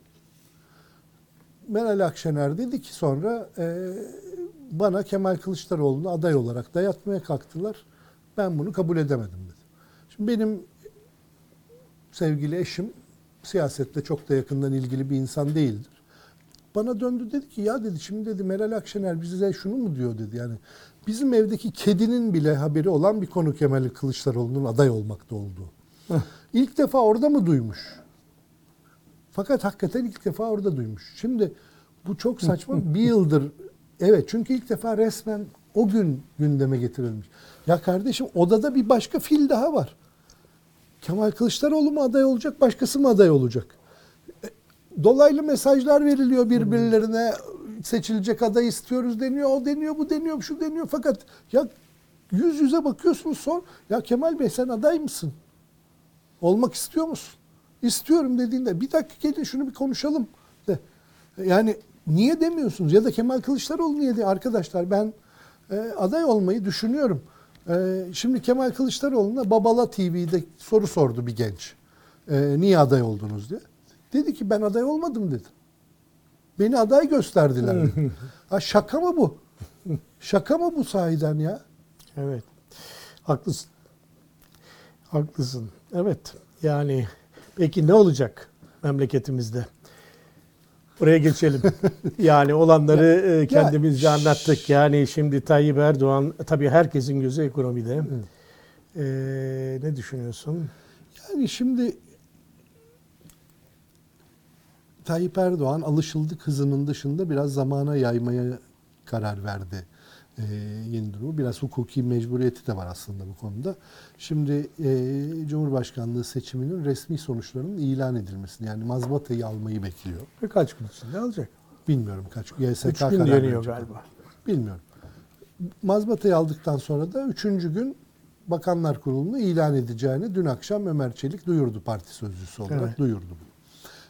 Speaker 1: Meral Akşener dedi ki sonra bana Kemal Kılıçdaroğlu'nu aday olarak dayatmaya kalktılar. Ben bunu kabul edemedim dedi. Şimdi benim sevgili eşim siyasetle çok da yakından ilgili bir insan değildir. Bana döndü dedi ki ya dedi, şimdi dedi Meral Akşener bize şunu mu diyor dedi. Yani bizim evdeki kedinin bile haberi olan bir konu Kemal Kılıçdaroğlu'nun aday olmakta olduğu. İlk defa orada mı duymuş? Fakat hakikaten ilk defa orada duymuş. Şimdi bu çok saçma. Bir yıldır, evet, çünkü ilk defa resmen o gün gündeme getirilmiş. Ya kardeşim, odada bir başka fil daha var. Kemal Kılıçdaroğlu mu aday olacak, başkası mı aday olacak? Dolaylı mesajlar veriliyor birbirlerine. Seçilecek aday istiyoruz deniyor, o deniyor, bu deniyor, şu deniyor. Fakat ya yüz yüze bakıyorsunuz, sor. Ya Kemal Bey, sen aday mısın? Olmak istiyor musun? İstiyorum dediğinde bir dakika gelin şunu bir konuşalım de. Yani niye demiyorsunuz? Ya da Kemal Kılıçdaroğlu niye diye, arkadaşlar ben aday olmayı düşünüyorum. Şimdi Kemal Kılıçdaroğlu'na Babala TV'de soru sordu bir genç. Niye aday oldunuz diye. Dedi ki ben aday olmadım dedi. Beni aday gösterdiler dedi. Ha, şaka mı bu? Şaka mı bu sahiden ya?
Speaker 2: Evet. Haklısın. Haklısın. Evet. Yani peki ne olacak memleketimizde? Buraya geçelim. Yani olanları kendimizce anlattık. Yani şimdi Tayyip Erdoğan, tabii herkesin gözü ekonomide. Ne düşünüyorsun?
Speaker 1: Yani şimdi Tayyip Erdoğan alışıldık hızının dışında biraz zamana yaymaya karar verdi. Yeni durumu. Biraz hukuki mecburiyeti de var aslında bu konuda. Şimdi Cumhurbaşkanlığı seçiminin resmi sonuçlarının ilan edilmesini, yani mazbatayı almayı bekliyor.
Speaker 2: Birkaç gün içinde alacak.
Speaker 1: Bilmiyorum kaç. YSK
Speaker 2: 3 gün
Speaker 1: karar
Speaker 2: deniyor
Speaker 1: verecek.
Speaker 2: galiba.
Speaker 1: Bilmiyorum. Mazbatayı aldıktan sonra da 3. gün Bakanlar Kurulu'nu ilan edeceğini dün akşam Ömer Çelik duyurdu, parti sözcüsü olarak
Speaker 2: Evet.
Speaker 1: duyurdu.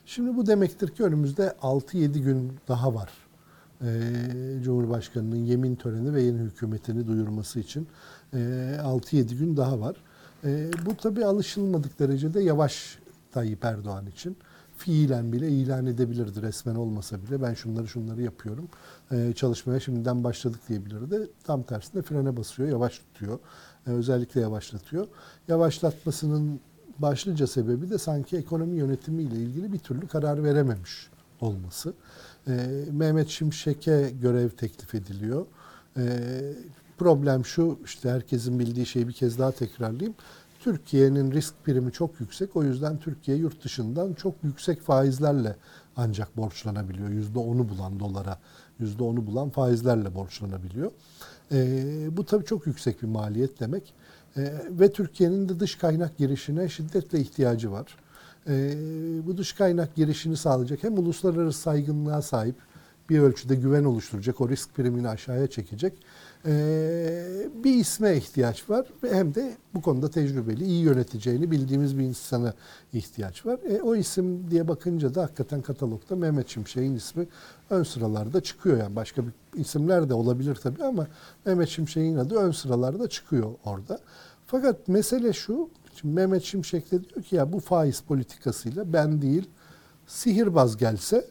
Speaker 1: Şimdi bu demektir ki önümüzde 6-7 gün daha var. Cumhurbaşkanı'nın yemin töreni ve yeni hükümetini duyurması için 6-7 gün daha var. Bu tabii alışılmadık derecede yavaş Tayyip Erdoğan için. Fiilen bile ilan edebilirdi, resmen olmasa bile ben şunları yapıyorum. Çalışmaya şimdiden başladık diyebilirdi. Tam tersine frene basıyor, yavaş tutuyor. Özellikle yavaşlatıyor. Yavaşlatmasının başlıca sebebi de sanki ekonomi yönetimiyle ilgili bir türlü karar verememiş olması. Mehmet Şimşek'e görev teklif ediliyor. Problem şu, işte herkesin bildiği şeyi bir kez daha tekrarlayayım. Türkiye'nin risk primi çok yüksek. O yüzden Türkiye yurt dışından çok yüksek faizlerle ancak borçlanabiliyor. %10'u bulan dolara, %10'u bulan faizlerle borçlanabiliyor. Bu tabii çok yüksek bir maliyet demek. Ve Türkiye'nin de dış kaynak girişine şiddetle ihtiyacı var. Bu dış kaynak girişini sağlayacak, hem uluslararası saygınlığa sahip, bir ölçüde güven oluşturacak, o risk primini aşağıya çekecek bir isme ihtiyaç var. Ve hem de bu konuda tecrübeli, iyi yöneteceğini bildiğimiz bir insana ihtiyaç var. O isim diye bakınca da hakikaten katalogda Mehmet Şimşek'in ismi ön sıralarda çıkıyor. Yani başka bir isimler de olabilir tabii ama Mehmet Şimşek'in adı ön sıralarda çıkıyor orada. Fakat mesele şu, şimdi Mehmet Şimşek de diyor ki ya bu faiz politikasıyla ben değil sihirbaz gelse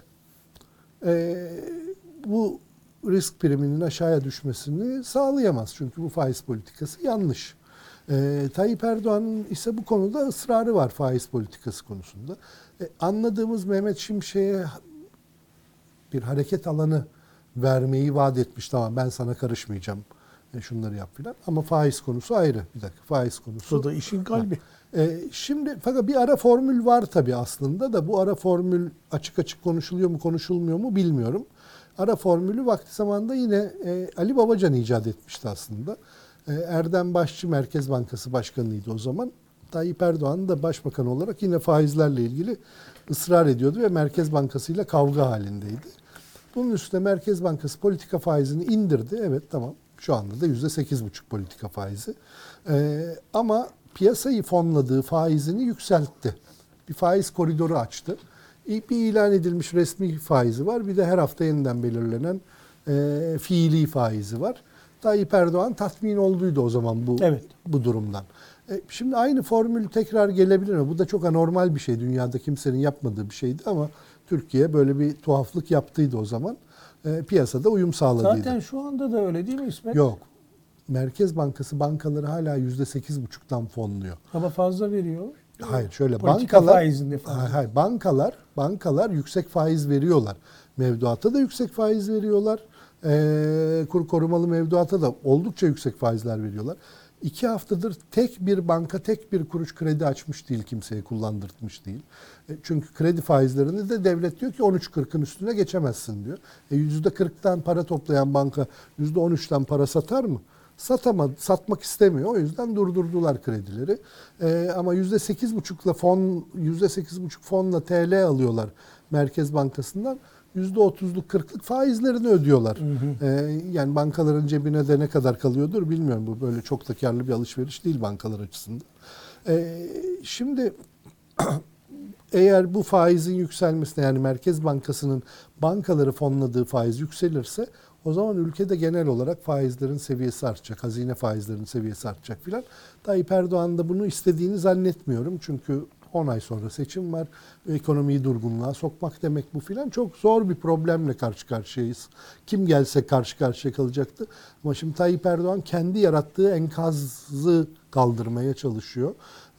Speaker 1: bu risk priminin aşağıya düşmesini sağlayamaz. Çünkü bu faiz politikası yanlış. Tayyip Erdoğan'ın ise bu konuda ısrarı var, faiz politikası konusunda. Anladığımız Mehmet Şimşek'e bir hareket alanı vermeyi vaat etmiş. Tamam, ben sana karışmayacağım. Şunları yap filan. Ama faiz konusu ayrı. Bir dakika, faiz konusu.
Speaker 2: O da işin kalbi.
Speaker 1: Şimdi fakat bir ara formül var tabii aslında da, bu ara formül açık açık konuşuluyor mu konuşulmuyor mu bilmiyorum. Ara formülü vakti zamanında yine Ali Babacan icat etmişti aslında. Erdem Başçı Merkez Bankası Başkanı'ydı o zaman. Tayyip Erdoğan da başbakan olarak yine faizlerle ilgili ısrar ediyordu ve Merkez Bankası ile kavga halindeydi. Bunun üstüne Merkez Bankası politika faizini indirdi. Evet, tamam. Şu anda da %8,5 politika faizi. Ama piyasayı fonladığı faizini yükseltti. Bir faiz koridoru açtı. Bir ilan edilmiş resmi faizi var. Bir de her hafta yeniden belirlenen fiili faizi var. Tayyip Erdoğan tatmin olduydu o zaman bu durumdan. Şimdi aynı formül tekrar gelebilir mi? Bu da çok anormal bir şey. Dünyada kimsenin yapmadığı bir şeydi ama Türkiye böyle bir tuhaflık yaptıydı o zaman. Piyasada uyum sağladıydı.
Speaker 2: Zaten şu anda da öyle değil mi İsmet?
Speaker 1: Yok. Merkez Bankası bankaları hala %8,5'tan fonluyor.
Speaker 2: Ama fazla veriyor.
Speaker 1: Hayır, şöyle
Speaker 2: Politika faizinde
Speaker 1: hayır, bankalar yüksek faiz veriyorlar. Mevduata da yüksek faiz veriyorlar. Kur korumalı mevduata da oldukça yüksek faizler veriyorlar. 2 haftadır tek bir banka tek bir kuruş kredi açmış değil, kimseye kullandırtmış değil. Çünkü kredi faizlerini de devlet diyor ki 13.40'ın üstüne geçemezsin diyor. %40'tan para toplayan banka %13'ten para satar mı? Satmak istemiyor. O yüzden durdurdular kredileri. Ama %8,5 fonla TL alıyorlar Merkez Bankası'ndan. %30'luk 40'lık faizlerini ödüyorlar. Yani bankaların cebine de ne kadar kalıyordur bilmiyorum. Bu böyle çok da karlı bir alışveriş değil bankalar açısından. Şimdi eğer bu faizin yükselmesine, yani Merkez Bankası'nın bankaları fonladığı faiz yükselirse o zaman ülkede genel olarak faizlerin seviyesi artacak. Hazine faizlerinin seviyesi artacak filan. Tayyip Erdoğan da bunu istediğini zannetmiyorum. Çünkü 10 ay sonra seçim var. Ekonomiyi durgunluğa sokmak demek bu filan. Çok zor bir problemle karşı karşıyayız. Kim gelse karşı karşıya kalacaktı. Ama şimdi Tayyip Erdoğan kendi yarattığı enkazı kaldırmaya çalışıyor.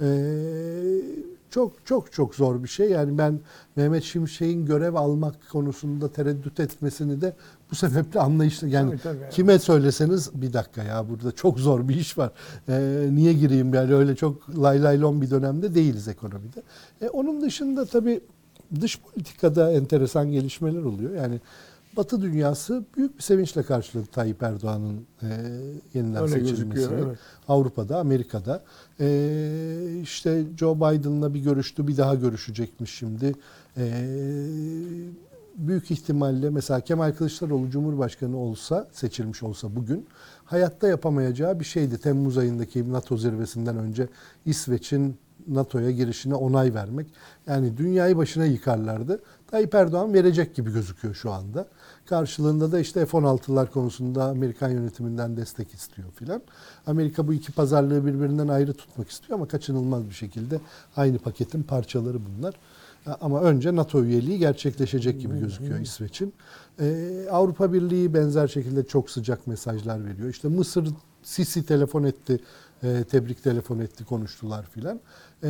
Speaker 1: Çok zor bir şey. Yani ben Mehmet Şimşek'in görev almak konusunda tereddüt etmesini de bu sebeple anlayışlı. Yani
Speaker 2: Tabii.
Speaker 1: kime söyleseniz bir dakika ya burada çok zor bir iş var. Niye gireyim, yani öyle çok lay lay lon bir dönemde değiliz ekonomide. Onun dışında tabii dış politikada enteresan gelişmeler oluyor. Yani Batı dünyası büyük bir sevinçle karşıladı Tayyip Erdoğan'ın yeniden
Speaker 2: Öyle
Speaker 1: seçilmesini.
Speaker 2: gözüküyor, evet.
Speaker 1: Avrupa'da, Amerika'da. İşte Joe Biden'la bir görüştü, bir daha görüşecekmiş şimdi. Büyük ihtimalle mesela Kemal Kılıçdaroğlu Cumhurbaşkanı olsa, seçilmiş olsa bugün hayatta yapamayacağı bir şeydi. Temmuz ayındaki NATO zirvesinden önce İsveç'in NATO'ya girişine onay vermek. Yani dünyayı başına yıkarlardı. Tayyip Erdoğan verecek gibi gözüküyor şu anda. Karşılığında da işte F-16'lar konusunda Amerikan yönetiminden destek istiyor filan. Amerika bu iki pazarlığı birbirinden ayrı tutmak istiyor ama kaçınılmaz bir şekilde aynı paketin parçaları bunlar. Ama önce NATO üyeliği gerçekleşecek gibi gözüküyor İsveç'in. Avrupa Birliği benzer şekilde çok sıcak mesajlar veriyor. İşte Mısır, Sisi telefon etti, tebrik telefon etti, konuştular filan.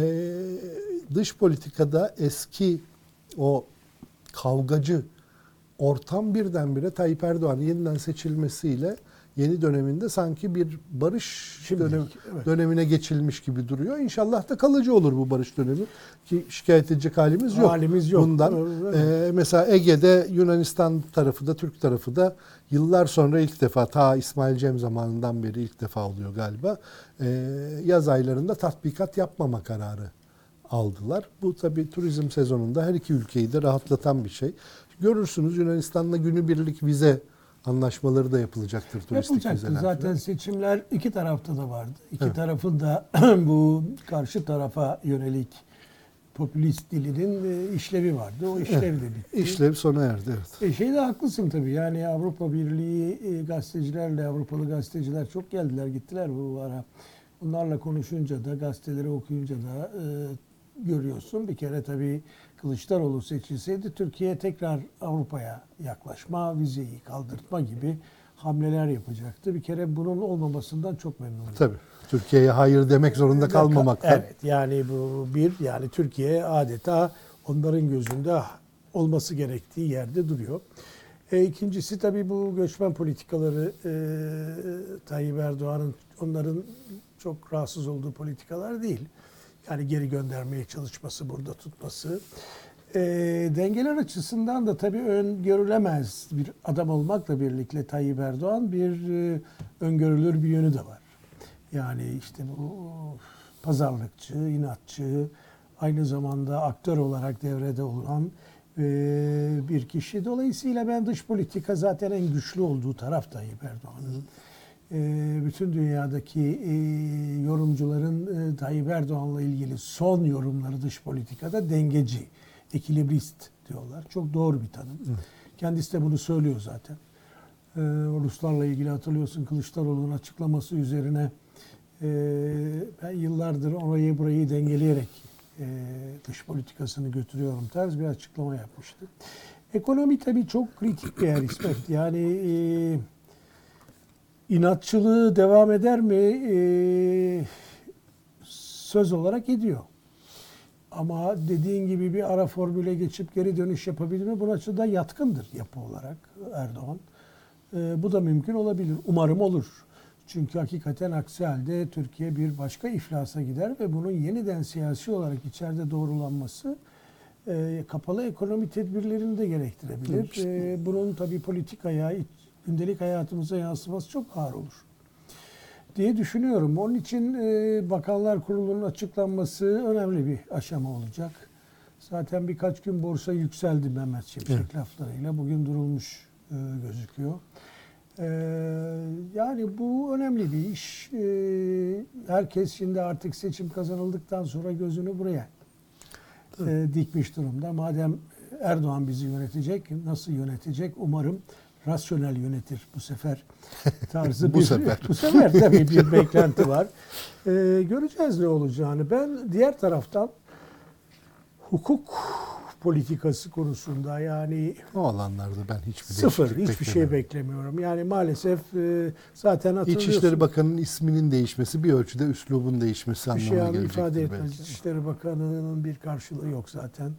Speaker 1: Dış politikada eski o kavgacı ortam birdenbire Tayyip Erdoğan'ın yeniden seçilmesiyle yeni döneminde sanki bir barış dönemine geçilmiş gibi duruyor. İnşallah da kalıcı olur bu barış dönemi. Ki şikayet edecek halimiz yok. Bundan. Mesela Ege'de Yunanistan tarafı da Türk tarafı da yıllar sonra ilk defa, ta İsmail Cem zamanından beri ilk defa oluyor galiba, yaz aylarında tatbikat yapmama kararı aldılar. Bu tabii turizm sezonunda her iki ülkeyi de rahatlatan bir şey. Görürsünüz Yunanistan'la günübirlik vize anlaşmaları da yapılacaktır, turistik vizeler.
Speaker 2: Zaten falan. Seçimler iki tarafta da vardı. İki tarafın da bu karşı tarafa yönelik popülist dilinin işlevi vardı. O işlev de bitti.
Speaker 1: İşlev sona erdi, evet.
Speaker 2: Şeyde haklısın tabii. Yani Avrupa Birliği gazetecilerle, Avrupalı gazeteciler çok geldiler gittiler bu ara. Bunlarla konuşunca da, gazeteleri okuyunca da görüyorsun. Bir kere tabii Kılıçdaroğlu seçilseydi Türkiye tekrar Avrupa'ya yaklaşma, vizeyi kaldırtma gibi hamleler yapacaktı. Bir kere bunun olmamasından çok memnunum.
Speaker 1: Tabii. Türkiye'ye hayır demek zorunda kalmamaktan.
Speaker 2: Evet. Yani bu yani Türkiye adeta onların gözünde olması gerektiği yerde duruyor. İkincisi tabii bu göçmen politikaları, Tayyip Erdoğan'ın, onların çok rahatsız olduğu politikalar değil. Yani geri göndermeye çalışması, burada tutması. Dengeler açısından da tabii öngörülemez bir adam olmakla birlikte Tayyip Erdoğan bir öngörülür bir yönü de var. Yani işte bu pazarlıkçı, inatçı, aynı zamanda aktör olarak devrede olan bir kişi. Dolayısıyla ben dış politika zaten en güçlü olduğu taraf Tayyip Erdoğan'ın. Bütün dünyadaki yorumcuların Tayyip Erdoğan'la ilgili son yorumları dış politikada dengeci, ekilibrist diyorlar. Çok doğru bir tanım. Kendisi de bunu söylüyor zaten. Ruslarla ilgili hatırlıyorsun Kılıçdaroğlu'nun açıklaması üzerine ben yıllardır orayı burayı dengeleyerek dış politikasını götürüyorum tarz bir açıklama yapmıştı. Ekonomi tabii çok kritik bir yer İsmet. Yani inatçılığı devam eder mi? Söz olarak ediyor. Ama dediğin gibi bir ara formüle geçip geri dönüş yapabilir mi? Buna da yatkındır yapı olarak Erdoğan. Bu da mümkün olabilir. Umarım olur. Çünkü hakikaten aksi halde Türkiye bir başka iflasa gider ve bunun yeniden siyasi olarak içeride doğrulanması kapalı ekonomi tedbirlerini de gerektirebilir. Bunun tabii politikaya, gündelik hayatımıza yansıması çok ağır olur diye düşünüyorum. Onun için Bakanlar Kurulu'nun açıklanması önemli bir aşama olacak. Zaten birkaç gün borsa yükseldi Mehmet Şimşek laflarıyla. Bugün durulmuş gözüküyor. Yani bu önemli bir iş. Herkes şimdi artık seçim kazanıldıktan sonra gözünü buraya dikmiş durumda. Madem Erdoğan bizi yönetecek, nasıl yönetecek? Umarım rasyonel yönetir bu sefer tarzı
Speaker 1: bu sefer
Speaker 2: tabii bir beklenti var. Göreceğiz ne olacağını. Ben diğer taraftan hukuk politikası konusunda yani
Speaker 1: o alanlarda ben
Speaker 2: hiçbir şey beklemiyorum. Yani maalesef zaten hatırlıyorsun.
Speaker 1: İçişleri Bakanı'nın isminin değişmesi bir ölçüde üslubun değişmesi anlamına gelecektir. Bir şey
Speaker 2: ifade etmez. İçişleri Bakanı'nın bir karşılığı yok zaten.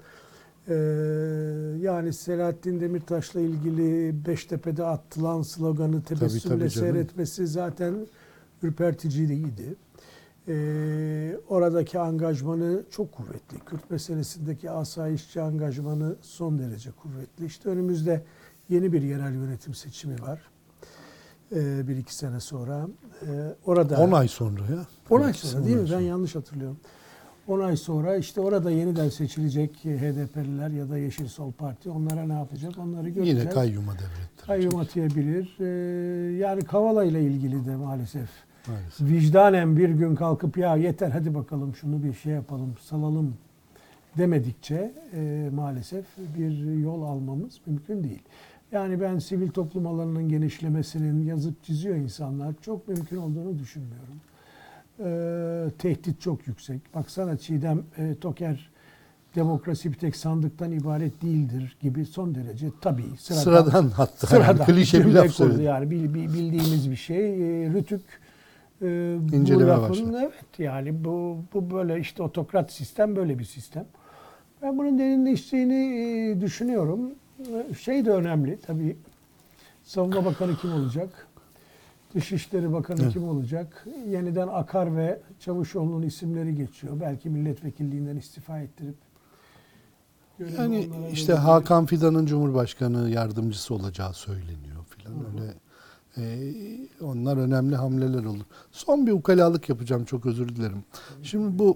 Speaker 2: Yani Selahattin Demirtaş'la ilgili Beştepe'de atılan sloganı tebessümle seyretmesi zaten ürperticiydi. Oradaki angajmanı çok kuvvetli. Kürt meselesindeki asayişçi angajmanı son derece kuvvetli. İşte önümüzde yeni bir yerel yönetim seçimi var. 1-2 sene sonra. Orada
Speaker 1: 10 ay sonra ya.
Speaker 2: 10 ay sonra değil mi? Ben yanlış hatırlıyorum. 10 ay sonra işte orada yeniden seçilecek HDP'liler ya da Yeşil Sol Parti onlara ne yapacak? Onları göreceğiz.
Speaker 1: Yine kayyuma devrettirecek.
Speaker 2: Kayyum atayabilir. Yani Kavala ile ilgili de maalesef
Speaker 1: Maalesef.
Speaker 2: vicdanen bir gün kalkıp ya yeter hadi bakalım şunu bir şey yapalım, salalım demedikçe maalesef bir yol almamız mümkün değil. Yani ben sivil toplum alanının genişlemesinin, yazıp çiziyor insanlar, çok mümkün olduğunu düşünmüyorum. Tehdit çok yüksek. Baksana Çiğdem Toker, demokrasi bir tek sandıktan ibaret değildir gibi son derece tabii
Speaker 1: Sıradan hatta. Yani klişe bir laf söyledi.
Speaker 2: Yani bildiğimiz bir şey. Rütük bu
Speaker 1: İnceleme
Speaker 2: lafın,
Speaker 1: başladı.
Speaker 2: evet yani bu böyle işte otokrat sistem böyle bir sistem. Ben bunun derinleştiğini düşünüyorum. Şey de önemli tabii. Savunma Bakanı kim olacak? Dışişleri Bakanı
Speaker 1: Evet.
Speaker 2: kim olacak? Yeniden Akar ve Çavuşoğlu'nun isimleri geçiyor. Belki milletvekilliğinden istifa ettirip görevi
Speaker 1: Yani
Speaker 2: onlara
Speaker 1: işte
Speaker 2: verebilir.
Speaker 1: Hakan Fidan'ın Cumhurbaşkanı yardımcısı olacağı söyleniyor filan. Öyle onlar önemli hamleler olur. Son bir ukalalık yapacağım, çok özür dilerim. Şimdi bu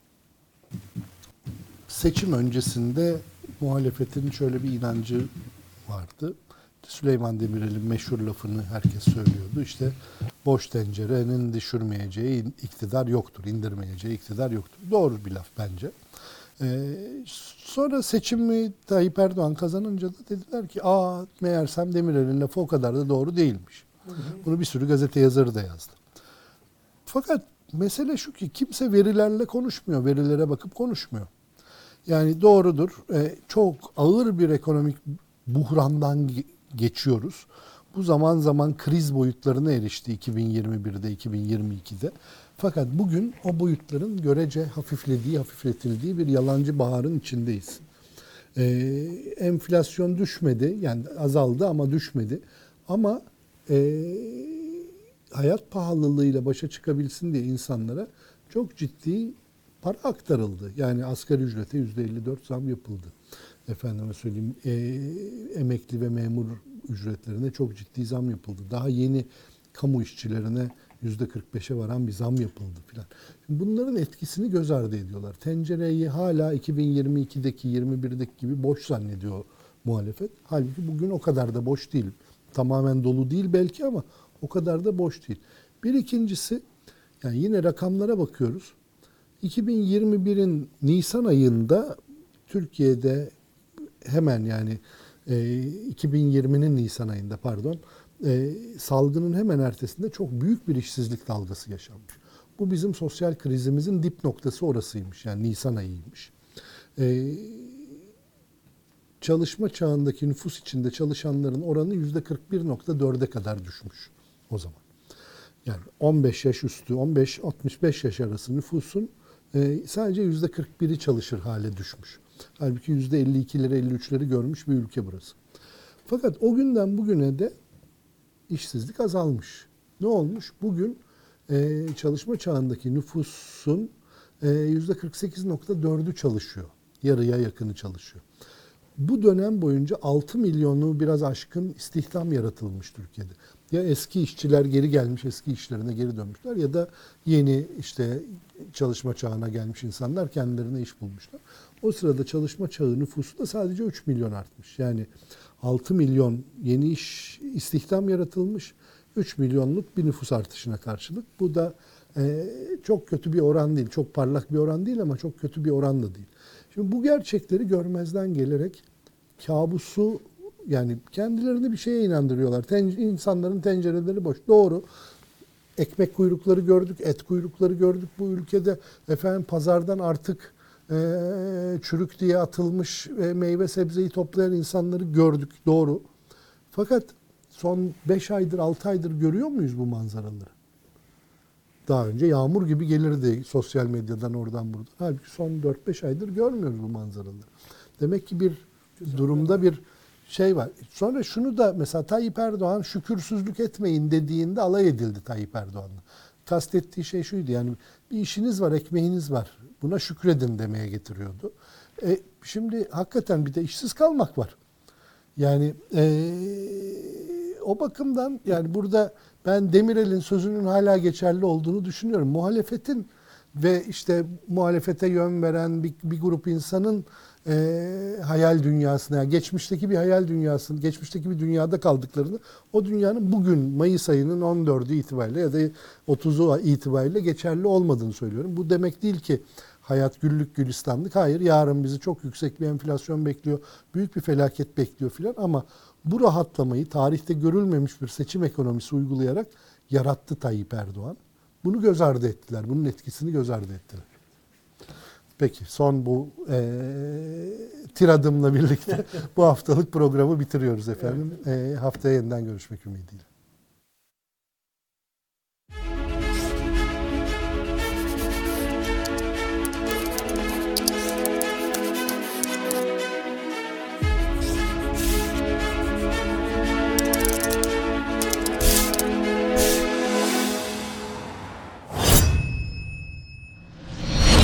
Speaker 1: seçim öncesinde muhalefetin şöyle bir inancı vardı. Süleyman Demirel'in meşhur lafını herkes söylüyordu. İşte boş tencerenin düşürmeyeceği iktidar yoktur, indirmeyeceği iktidar yoktur. Doğru bir laf bence. Sonra seçimi Tayyip Erdoğan kazanınca da dediler ki meğersem Demirel'in lafı o kadar da doğru değilmiş. Bunu bir sürü gazete yazarı da yazdı. Fakat mesele şu ki kimse verilerle konuşmuyor, verilere bakıp konuşmuyor. Yani doğrudur, çok ağır bir ekonomik buhrandan geçiyoruz. Bu zaman zaman kriz boyutlarına erişti 2021'de, 2022'de. Fakat bugün o boyutların görece hafifletildiği bir yalancı baharın içindeyiz. Enflasyon düşmedi, yani azaldı ama düşmedi. Ama hayat pahalılığıyla başa çıkabilsin diye insanlara çok ciddi para aktarıldı. Yani asgari ücrete %54 zam yapıldı. Efendime söyleyeyim, emekli ve memur ücretlerine çok ciddi zam yapıldı. Daha yeni kamu işçilerine %45'e varan bir zam yapıldı filan. Şimdi bunların etkisini göz ardı ediyorlar. Tencereyi hala 2022'deki, 21'deki gibi boş zannediyor muhalefet. Halbuki bugün o kadar da boş değil. Tamamen dolu değil belki ama o kadar da boş değil. Bir ikincisi, yani yine rakamlara bakıyoruz. 2021'in Nisan ayında Türkiye'de hemen yani 2020'nin Nisan ayında salgının hemen ertesinde çok büyük bir işsizlik dalgası yaşanmış. Bu bizim sosyal krizimizin dip noktası orasıymış, yani Nisan ayıymış. Çalışma çağındaki nüfus içinde çalışanların oranı %41.4'e kadar düşmüş o zaman. Yani 15 yaş üstü, 15-65 yaş arası nüfusun sadece %41'i çalışır hale düşmüş. Halbuki %52'leri, 53'leri görmüş bir ülke burası. Fakat o günden bugüne de işsizlik azalmış. Ne olmuş? Bugün çalışma çağındaki nüfusun %48.4'ü çalışıyor. Yarıya yakını çalışıyor. Bu dönem boyunca 6 milyonu biraz aşkın istihdam yaratılmış Türkiye'de. Ya eski işçiler geri gelmiş, eski işlerine geri dönmüşler ya da yeni işte çalışma çağına gelmiş insanlar kendilerine iş bulmuşlar. O sırada çalışma çağı nüfusu da sadece 3 milyon artmış. Yani 6 milyon yeni istihdam yaratılmış, 3 milyonluk bir nüfus artışına karşılık. Bu da çok kötü bir oran değil, çok parlak bir oran değil ama çok kötü bir oran da değil. Şimdi bu gerçekleri görmezden gelerek kabusu, yani kendilerini bir şeye inandırıyorlar. İnsanların tencereleri boş. Doğru. Ekmek kuyrukları gördük, et kuyrukları gördük bu ülkede. Efendim pazardan artık çürük diye atılmış meyve sebzeyi toplayan insanları gördük. Doğru. Fakat son 5 aydır, 6 aydır görüyor muyuz bu manzaraları? Daha önce yağmur gibi gelirdi sosyal medyadan oradan buradan. Halbuki son 4-5 aydır görmüyoruz bu manzaraları. Demek ki bir durumda bir şey var. Sonra şunu da mesela Tayyip Erdoğan şükürsüzlük etmeyin dediğinde alay edildi Tayyip Erdoğan'la. Kastettiği şey şuydu, yani bir işiniz var, ekmeğiniz var. Buna şükredin demeye getiriyordu. Şimdi hakikaten bir de işsiz kalmak var. Yani o bakımdan yani burada ben Demirel'in sözünün hala geçerli olduğunu düşünüyorum. Muhalefetin ve işte muhalefete yön veren bir grup insanın hayal dünyasına, yani geçmişteki bir hayal dünyasını, geçmişteki bir dünyada kaldıklarını, o dünyanın bugün Mayıs ayının 14'ü itibariyle ya da 30'u itibariyle geçerli olmadığını söylüyorum. Bu demek değil ki hayat güllük gülistanlık. Hayır, yarın bizi çok yüksek bir enflasyon bekliyor, büyük bir felaket bekliyor filan, ama bu rahatlamayı tarihte görülmemiş bir seçim ekonomisi uygulayarak yarattı Tayyip Erdoğan. Bunu göz ardı ettiler. Bunun etkisini göz ardı ettiler. Peki, son bu tiradımla birlikte bu haftalık programı bitiriyoruz efendim. Haftaya yeniden görüşmek ümidiyle.